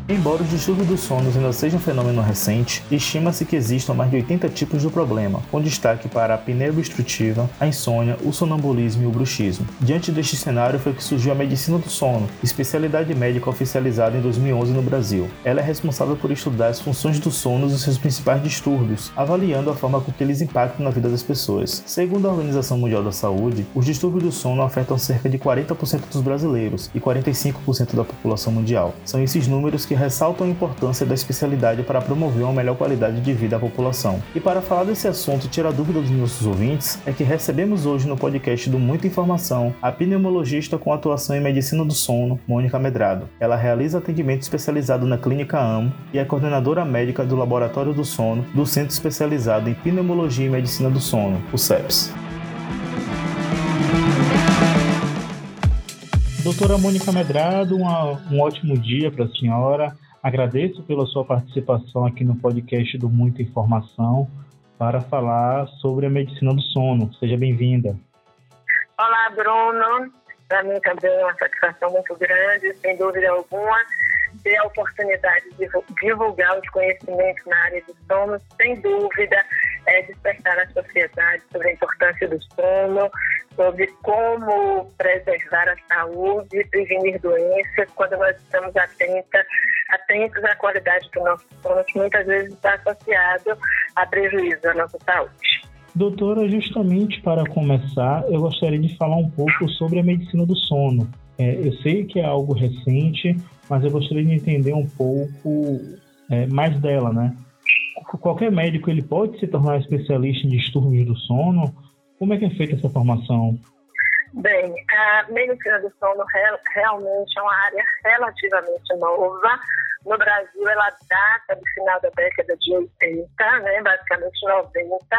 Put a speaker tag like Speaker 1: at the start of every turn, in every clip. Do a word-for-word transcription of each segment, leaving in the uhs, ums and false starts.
Speaker 1: Embora os distúrbios do sono ainda sejam um fenômeno recente, estima-se que existam mais de oitenta tipos do problema, com destaque para a apneia obstrutiva, a insônia, o sonambulismo e o bruxismo. Diante deste cenário foi que surgiu a medicina do sono, especialidade médica oficializada em dois mil e onze no Brasil. Ela é responsável por estudar as funções do sono e seus principais distúrbios, avaliando a forma com que eles impactam na vida das pessoas. Segundo a Organização Mundial da Saúde, os distúrbios do sono afetam cerca de quarenta por cento dos brasileiros e quarenta e cinco por cento da população mundial. São esses números que ressaltam a importância da especialidade para promover uma melhor qualidade de vida à população. E para falar desse assunto e tirar dúvida dos nossos ouvintes, é que recebemos hoje no podcast do Muita Informação a pneumologista com atuação em medicina do sono, Mônica Medrado. Ela realiza atendimento especializado na Clínica AMO e é coordenadora médica do Laboratório do Sono do Centro Especializado em Pneumologia e Medicina do Sono, o CEPS. Doutora Mônica Medrado, uma, um ótimo dia para a senhora. Agradeço pela sua participação aqui no podcast do Muita Informação para falar sobre a medicina do sono. Seja bem-vinda.
Speaker 2: Olá, Bruno. Para mim também é uma satisfação muito grande, sem dúvida alguma, ter a oportunidade de divulgar os conhecimentos na área do sono, sem dúvida, é despertar a sociedade sobre a importância do sono, sobre como preservar a saúde e prevenir doenças quando nós estamos atentas, atentos à qualidade do nosso sono, que muitas vezes está associado a prejuízo à nossa saúde.
Speaker 1: Doutora, justamente para começar, eu gostaria de falar um pouco sobre a medicina do sono. É, eu sei que é algo recente, mas eu gostaria de entender um pouco é, mais dela, né? Qualquer médico ele pode se tornar especialista em distúrbios do sono? Como é que é feita essa formação?
Speaker 2: Bem, a medicina do sono real, realmente é uma área relativamente nova. No Brasil, ela data do final da década de oitenta, né, basicamente noventa.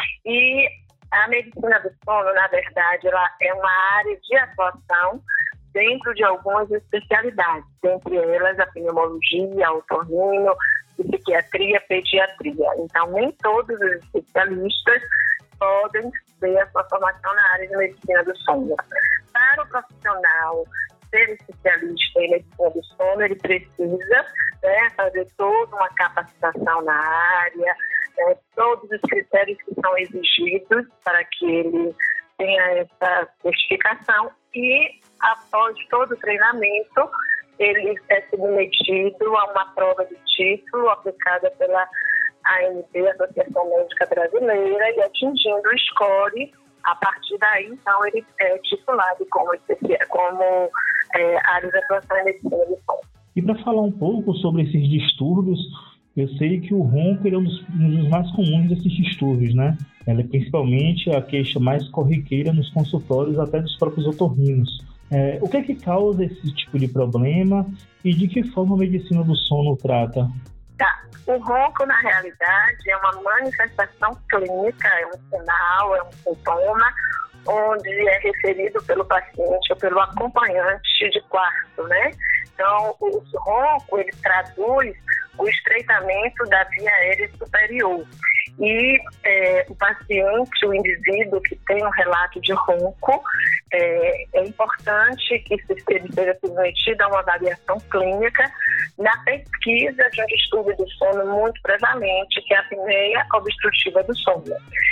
Speaker 2: E a medicina do sono, na verdade, ela é uma área de atuação dentro de algumas especialidades, entre elas a pneumologia, a otorrino, psiquiatria, pediatria. Então, nem todos os especialistas podem ter a sua formação na área de medicina do sono. Para o profissional ser especialista em medicina do sono, ele precisa, né, fazer toda uma capacitação na área, né, todos os critérios que são exigidos para que ele tenha essa certificação e, após todo o treinamento, ele é submetido a uma prova de título aplicada pela A N P, Associação Médica Brasileira, e atingindo o score, a partir daí, então, ele é titulado como, como é, área de atuação em medicina do sono.
Speaker 1: E para falar um pouco sobre esses distúrbios, eu sei que o ronco ele é um dos, um dos mais comuns desses distúrbios, né? Ela é principalmente a queixa mais corriqueira nos consultórios, até dos próprios otorrinos. É, o que é que causa esse tipo de problema e de que forma a medicina do sono trata?
Speaker 2: Tá. O ronco, na realidade, é uma manifestação clínica, é um sinal, é um sintoma, onde é referido pelo paciente ou pelo acompanhante de quarto, né? Então, o ronco, ele traduz o estreitamento da via aérea superior. E é, o paciente, o indivíduo que tem um relato de ronco, é, é importante que ele seja submetido a uma avaliação clínica na pesquisa de um distúrbio do sono muito prevalente, que é a apneia obstrutiva do sono.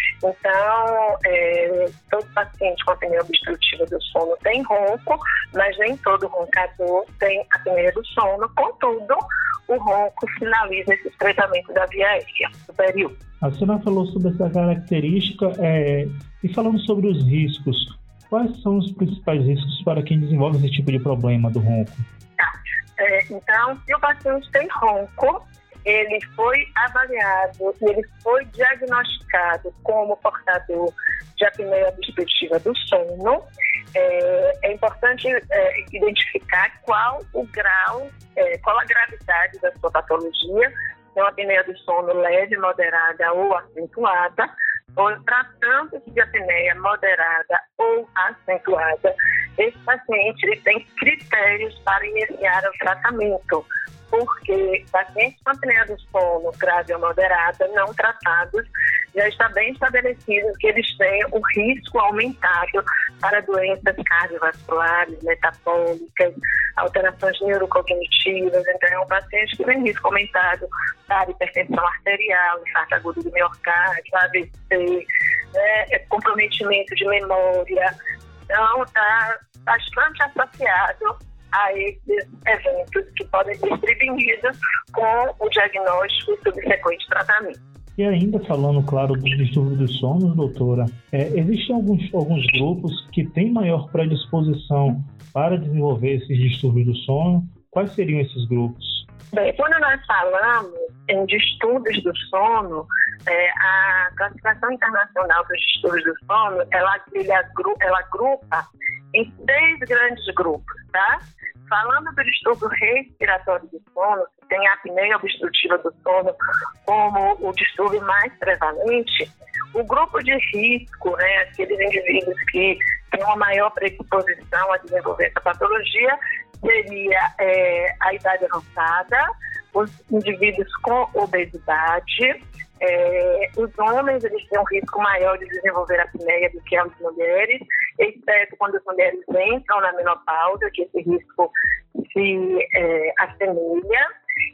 Speaker 2: Então, é, todo paciente com apneia obstrutiva do sono tem ronco, mas nem todo roncador tem apneia do sono. Contudo, o ronco sinaliza esse estreitamento da via aérea superior.
Speaker 1: A senhora falou sobre essa característica é, e falando sobre os riscos, quais são os principais riscos para quem desenvolve esse tipo de problema do ronco?
Speaker 2: Tá. É, então, se o paciente tem ronco, ele foi avaliado e ele foi diagnosticado como portador de apneia obstrutiva do sono, é, é importante é, identificar qual o grau, é, qual a gravidade da sua patologia, se é uma apneia do sono leve, moderada ou acentuada, ou tratando-se de apneia moderada ou acentuada, esse paciente ele tem critérios para iniciar o tratamento, porque pacientes com apneia do sono grave ou moderada não tratados já está bem estabelecido que eles têm um risco aumentado para doenças cardiovasculares, metabólicas, alterações neurocognitivas. Então, é um paciente que tem risco aumentado para hipertensão arterial, infarto agudo do miocárdio, A V C, né, comprometimento de memória. Então, está bastante associado a esses eventos que podem ser prevenidos com o diagnóstico e subsequente tratamento.
Speaker 1: E ainda falando, claro, dos distúrbios do sono, doutora, é, existem alguns, alguns grupos que têm maior predisposição para desenvolver esses distúrbios do sono. Quais seriam esses grupos?
Speaker 2: Bem, quando nós falamos em distúrbios do sono, é, a Classificação Internacional dos Distúrbios do Sono, ela, ela agrupa em seis grandes grupos, tá? Falando do distúrbio respiratório do sono, que tem a apneia obstrutiva do sono como o distúrbio mais prevalente, o grupo de risco, né, aqueles indivíduos que têm uma maior predisposição a desenvolver essa patologia, seria é, a idade avançada, os indivíduos com obesidade, é, os homens eles têm um risco maior de desenvolver a apneia do que as mulheres, exceto quando as mulheres entram na menopausa, que esse risco se é, assemelha.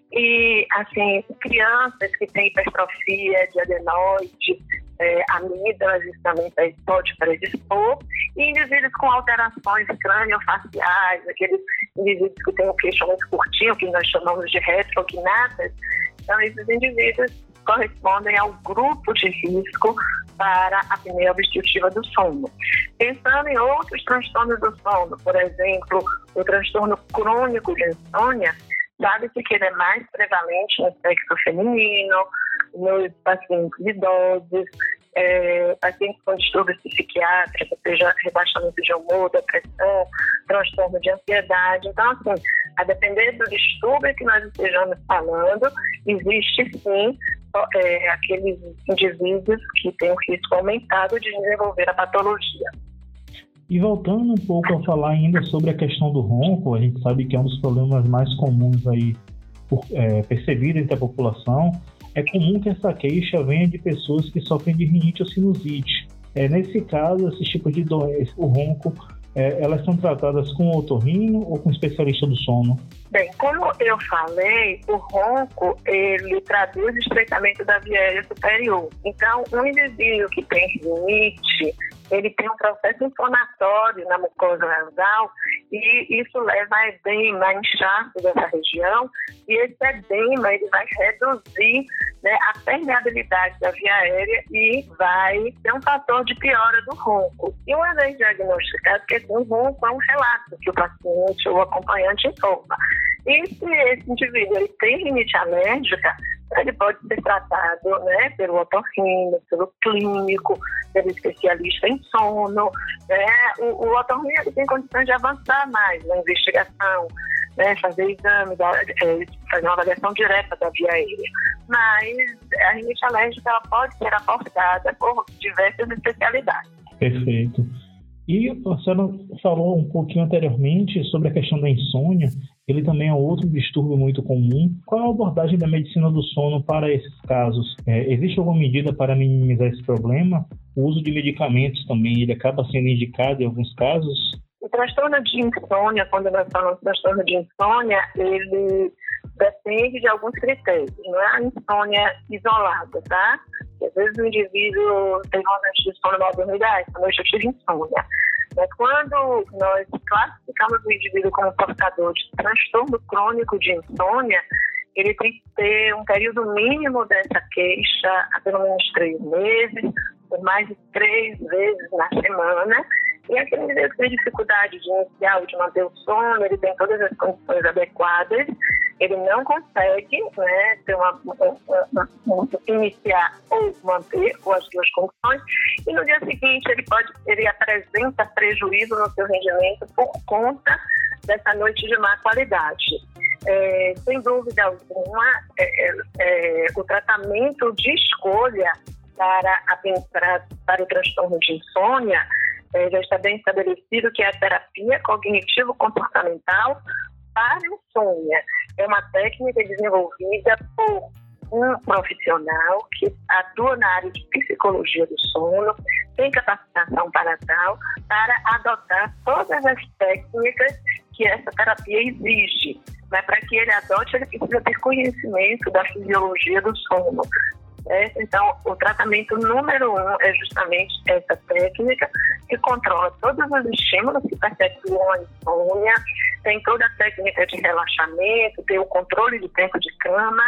Speaker 2: E, assim, crianças que têm hipertrofia de adenoide, é, amígdalas, isso também pode predispor. E indivíduos com alterações crâniofaciais, aqueles indivíduos que têm o queixo muito curtinho, que nós chamamos de retrognatas, então esses indivíduos correspondem ao grupo de risco para a apneia obstrutiva do sono. Pensando em outros transtornos do sono, por exemplo, o transtorno crônico de insônia, sabe-se que ele é mais prevalente no sexo feminino, nos pacientes idosos, é, pacientes com distúrbios psiquiátricos, seja rebaixamento de humor, depressão, transtorno de ansiedade. Então, assim, a depender do distúrbio que nós estejamos falando, existe sim é, aqueles indivíduos que têm um risco aumentado de desenvolver a patologia.
Speaker 1: E voltando um pouco a falar ainda sobre a questão do ronco, a gente sabe que é um dos problemas mais comuns aí por, é, percebidos entre a população. É comum que essa queixa venha de pessoas que sofrem de rinite ou sinusite. É, nesse caso, esses tipos de doença, o ronco, é, elas são tratadas com otorrino ou com especialista do sono?
Speaker 2: Bem, como eu falei, o ronco, ele traduz o estreitamento da via aérea superior. Então, um indivíduo que tem rinite, ele tem um processo inflamatório na mucosa nasal e isso leva a edema, a inchaço dessa região, e esse edema ele vai reduzir, né, a permeabilidade da via aérea e vai ser um fator de piora do ronco. E uma vez diagnosticado, porque o ronco é um relato que o paciente ou o acompanhante informa. E se esse indivíduo ele tem rinite alérgica, ele pode ser tratado, né, pelo otorrino, pelo clínico, pelo especialista em sono. Né? O, o otorrino ele tem condições de avançar mais na investigação, né, fazer exame, é, fazer uma avaliação direta da via aérea. Mas a rinite alérgica ela pode ser abordada por diversas especialidades.
Speaker 1: Perfeito. E a senhora falou um pouquinho anteriormente sobre a questão da insônia. Ele também é outro distúrbio muito comum. Qual é a abordagem da medicina do sono para esses casos? É, existe alguma medida para minimizar esse problema? O uso de medicamentos também, ele acaba sendo indicado em alguns casos?
Speaker 2: O transtorno de insônia, quando nós falamos de transtorno de insônia, ele depende de alguns critérios. Não é a insônia isolada, tá? Porque às vezes o indivíduo tem uma noite de sono mal dormida, essa noite eu tive insônia. Mas quando nós classificamos o indivíduo como portador de transtorno crônico de insônia, ele tem que ter um período mínimo dessa queixa há pelo menos três meses, por mais de três vezes na semana. E aquele indivíduo que tem dificuldade de iniciar ou de manter o sono, ele tem todas as condições adequadas, ele não consegue, né, ter uma, uma, uma, uma, iniciar ou manter, ou as duas condições, e no dia seguinte ele, pode, ele apresenta prejuízo no seu rendimento por conta dessa noite de má qualidade. É, sem dúvida alguma, é, é, é, o tratamento de escolha para, a, para, para o transtorno de insônia é, já está bem estabelecido que é a terapia cognitivo-comportamental para insônia. É uma técnica desenvolvida por um profissional que atua na área de psicologia do sono, tem capacitação para tal, para adotar todas as técnicas que essa terapia exige. Mas para que ele adote, ele precisa ter conhecimento da fisiologia do sono. Né? Então, o tratamento número um é justamente essa técnica que controla todos os estímulos que perpetuam a insônia, tem toda a técnica de relaxamento, tem o controle de tempo de cama,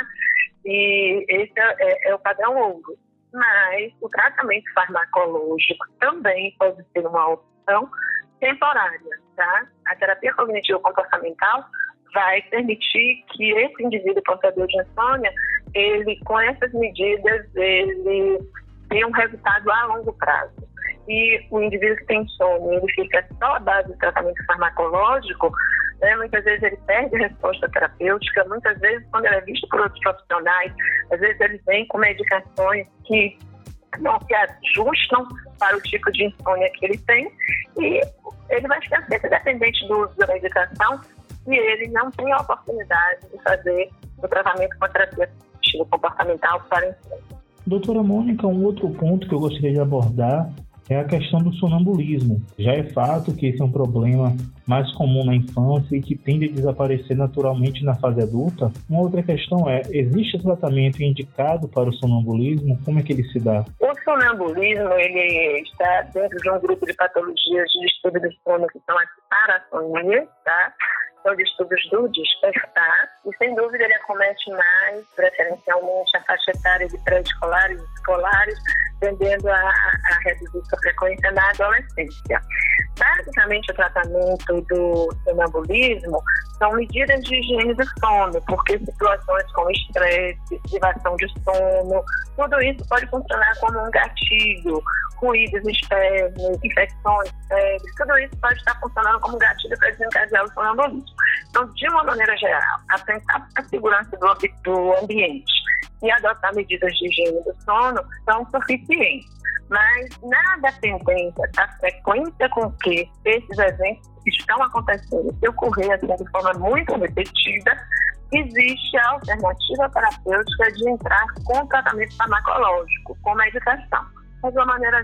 Speaker 2: e esse é, é o padrão ouro. Mas o tratamento farmacológico também pode ser uma opção temporária, tá? A terapia cognitivo-comportamental vai permitir que esse indivíduo portador de insônia, ele, com essas medidas, ele tenha um resultado a longo prazo. E o indivíduo que tem insônia, ele fica só à base do tratamento farmacológico, né? Muitas vezes ele perde a resposta terapêutica, muitas vezes, quando ele é visto por outros profissionais, às vezes ele vem com medicações que não se ajustam para o tipo de insônia que ele tem, e ele vai ficar sempre dependente do uso da medicação, e ele não tem a oportunidade de fazer o tratamento com a terapia comportamental para insônia.
Speaker 1: Doutora Mônica, um outro ponto que eu gostaria de abordar é a questão do sonambulismo. Já é fato que esse é um problema mais comum na infância e que tende a desaparecer naturalmente na fase adulta. Uma outra questão é, existe tratamento indicado para o sonambulismo? Como é que ele se dá?
Speaker 2: O sonambulismo, ele está dentro de um grupo de patologias de distúrbio do sono que são as parassonias, tá? São distúrbios do despertar, e sem dúvida ele acomete mais, preferencialmente, a faixa etária de pré-escolares e escolares, tendendo a, a reduzir sua frequência na adolescência. Basicamente, o tratamento do sonambulismo são medidas de higiene do sono, porque situações como estresse, privação de sono, tudo isso pode funcionar como um gatilho, ruídos externos, infecções, febres, tudo isso pode estar funcionando como um gatilho para desencadear o sonambulismo. Então, de uma maneira geral, atentar para a segurança do, do ambiente e adotar medidas de higiene do sono são suficientes. Mas, na dependência da frequência com que esses eventos estão acontecendo, se ocorrer assim, de forma muito repetida, existe a alternativa terapêutica de entrar com tratamento farmacológico, com medicação. Mas, de uma maneira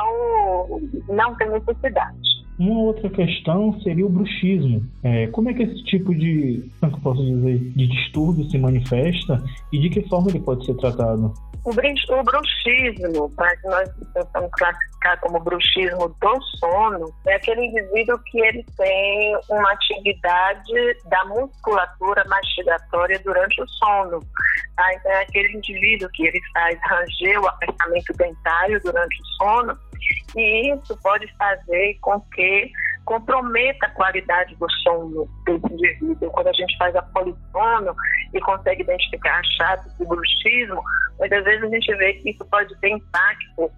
Speaker 2: geral, não tem necessidade.
Speaker 1: Uma outra questão seria o bruxismo. É, como é que esse tipo de, como eu posso dizer, de distúrbio se manifesta e de que forma ele pode ser tratado?
Speaker 2: O, o bruxismo, para que nós possamos classificar como bruxismo do sono, é aquele indivíduo que ele tem uma atividade da musculatura mastigatória durante o sono. Tá? Então, é aquele indivíduo que ele faz ranger o apertamento dentário durante o sono, e isso pode fazer com que comprometa a qualidade do sono desse indivíduo. Quando a gente faz a polissono e consegue identificar achados de bruxismo, muitas vezes a gente vê que isso pode ter impacto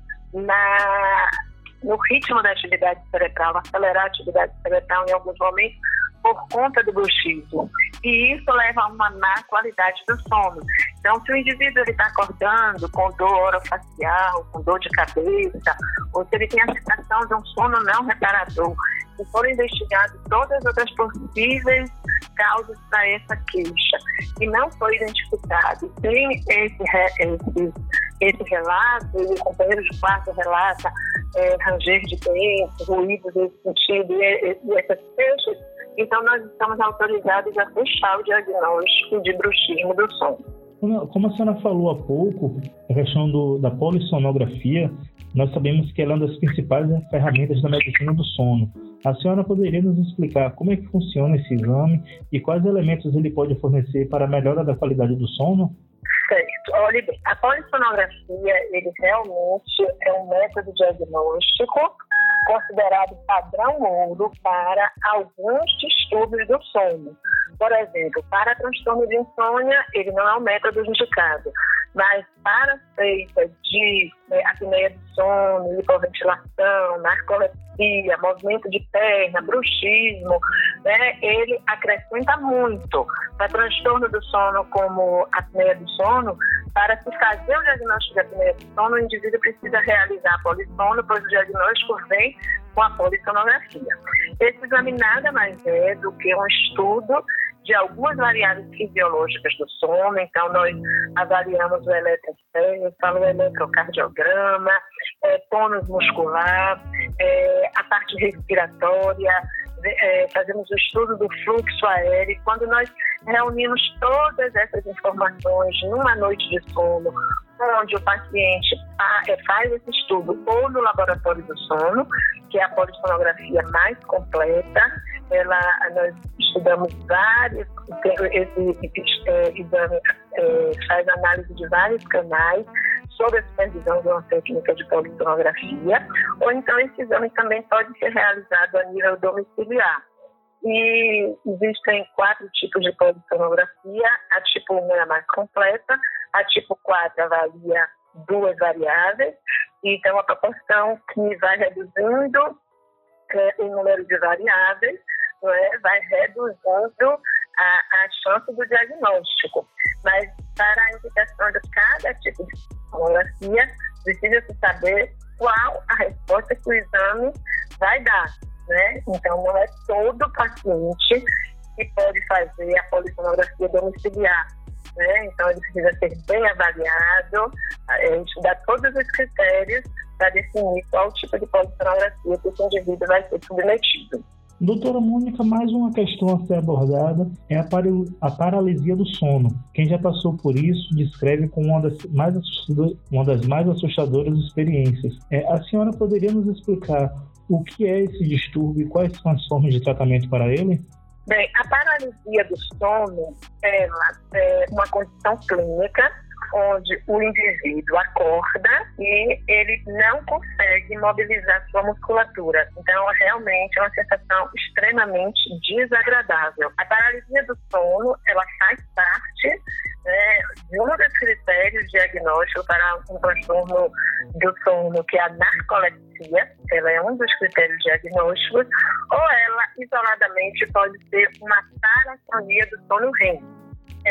Speaker 2: na, no ritmo da atividade cerebral, acelerar a atividade cerebral em alguns momentos por conta do bruxismo. E isso leva a uma má qualidade do sono. Então, se o indivíduo está acordando com dor orofacial, com dor de cabeça, ou se ele tem a sensação de um sono não reparador, e foram investigadas todas as outras possíveis causas para essa queixa, e não foi identificado, tem esse, esse, esse relato, e o companheiro de quarto relata é, ranger de dentes, ruídos nesse sentido, e, e essas queixas, então nós estamos autorizados a fechar o diagnóstico de bruxismo do sono.
Speaker 1: Como a senhora falou há pouco, a questão do, da polissonografia, nós sabemos que ela é uma das principais ferramentas da medicina do sono. A senhora poderia nos explicar como é que funciona esse exame e quais elementos ele pode fornecer para a melhora da qualidade do sono?
Speaker 2: Certo. Olha bem, a polissonografia, ele realmente é um método diagnóstico considerado padrão ouro para alguns distúrbios do sono. Por exemplo, para transtorno de insônia, ele não é um método indicado, mas para feita de né, apneia do sono, hipoventilação, narcolepsia, movimento de perna, bruxismo, né, ele acrescenta muito. Para transtorno do sono como apneia do sono, para se fazer o diagnóstico de apneia do sono, o indivíduo precisa realizar a polissono, pois o diagnóstico vem com a polissonografia. Esse exame nada mais é do que um estudo de algumas variáveis fisiológicas do sono. Então, nós avaliamos o eletroencefalo, o eletrocardiograma, é, tônus muscular, é, a parte respiratória, é, fazemos o estudo do fluxo aéreo. Quando nós reunimos todas essas informações numa noite de sono, onde o paciente faz esse estudo ou no laboratório do sono, que é a polissonografia mais completa, ela, nós estudamos vários, esse, esse é, exame é, faz análise de vários canais sob a supervisão de uma técnica de polissonografia, ou então esse exame também pode ser realizado a nível domiciliar. E existem quatro tipos de polissonografia. A tipo um é a mais completa, a tipo quatro avalia duas variáveis, e tem uma proporção que vai reduzindo é, o número de variáveis, não é? Vai reduzindo a, a chance do diagnóstico. Mas para a indicação de cada tipo de polissonografia, precisa-se saber qual a resposta que o exame vai dar. Né? Então, não é todo paciente que pode fazer a polissonografia domiciliar. Né? Então, ele precisa ser bem avaliado, é, estudar todos os critérios para definir qual tipo de polissonografia que esse indivíduo vai ser submetido.
Speaker 1: Doutora Mônica, mais uma questão a ser abordada é a, par- a paralisia do sono. Quem já passou por isso descreve como uma das mais, uma das mais assustadoras experiências. É, a senhora poderia nos explicar o que é esse distúrbio e quais são as formas de tratamento para ele?
Speaker 2: Bem, a paralisia do sono ela é uma condição clínica onde o indivíduo acorda e ele não consegue mobilizar sua musculatura. Então, realmente é uma sensação extremamente desagradável. A paralisia do sono, ela faz parte, né, de um dos critérios diagnósticos para um transtorno do sono, que é a narcolepsia. Ela é um dos critérios diagnósticos, ou ela, isoladamente, pode ser uma paratonia do sono R E M.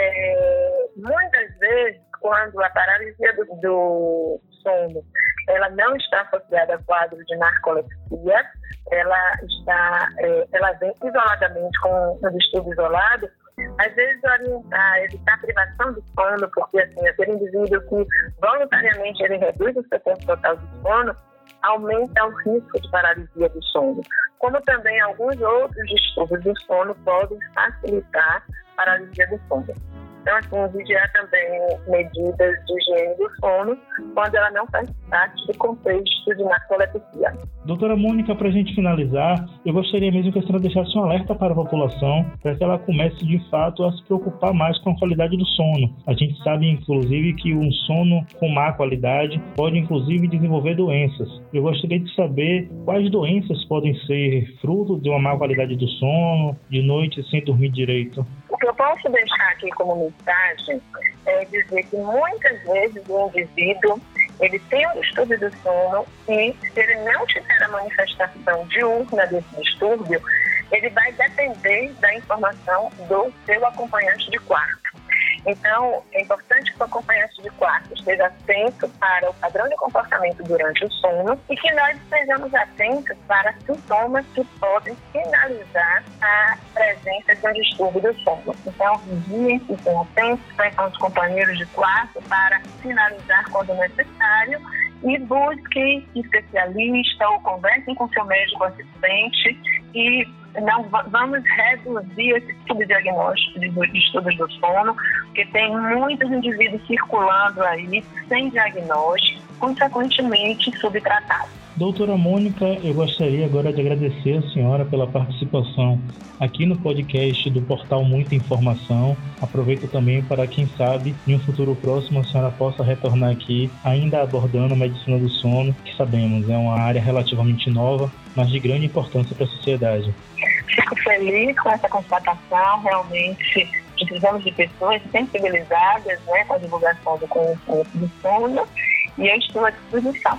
Speaker 2: É, muitas vezes, quando a paralisia do, do sono ela não está associada a quadro de narcolepsia, ela, está, é, ela vem isoladamente com um distúrbio isolado, às vezes orientar, evitar a privação do sono, porque assim, aquele indivíduo que voluntariamente ele reduz o seu tempo total de sono, aumenta o risco de paralisia do sono. Como também alguns outros distúrbios do sono podem facilitar a paralisia do sono. Então, assim, vigiar também medidas de higiene do sono quando ela não faz parte do contexto de narcolepsia.
Speaker 1: Doutora Mônica, para a gente finalizar, eu gostaria mesmo que a senhora deixasse um alerta para a população para que ela comece, de fato, a se preocupar mais com a qualidade do sono. A gente sabe, inclusive, que um sono com má qualidade pode, inclusive, desenvolver doenças. Eu gostaria de saber quais doenças podem ser fruto de uma má qualidade do sono, de noite sem dormir direito.
Speaker 2: O que eu posso deixar aqui como mensagem é dizer que muitas vezes o indivíduo ele tem um distúrbio do sono e se ele não tiver a manifestação diurna desse distúrbio, ele vai depender da informação do seu acompanhante de quarto. Então, é importante que o acompanhante de quarto esteja atento para o padrão de comportamento durante o sono e que nós estejamos atentos para sintomas que podem sinalizar a presença de um distúrbio do sono. Então, vigiem, fiquem atentos com os companheiros de quarto para sinalizar quando necessário e busque especialista ou conversem com seu médico assistente e não vamos reduzir esse subdiagnóstico de distúrbios do sono, porque tem muitos indivíduos circulando aí sem diagnóstico, consequentemente subtratados.
Speaker 1: Doutora Mônica, eu gostaria agora de agradecer a senhora pela participação aqui no podcast do Portal Muita Informação. Aproveito também para, quem sabe, em um futuro próximo a senhora possa retornar aqui, ainda abordando a medicina do sono, que sabemos é uma área relativamente nova, mas de grande importância para a sociedade.
Speaker 2: Fico feliz com essa constatação, realmente precisamos de pessoas sensibilizadas, né, com a divulgação do conhecimento do sono, e eu estou à disposição.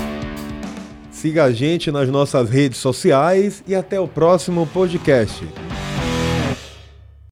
Speaker 3: Siga a gente nas nossas redes sociais e até o próximo podcast.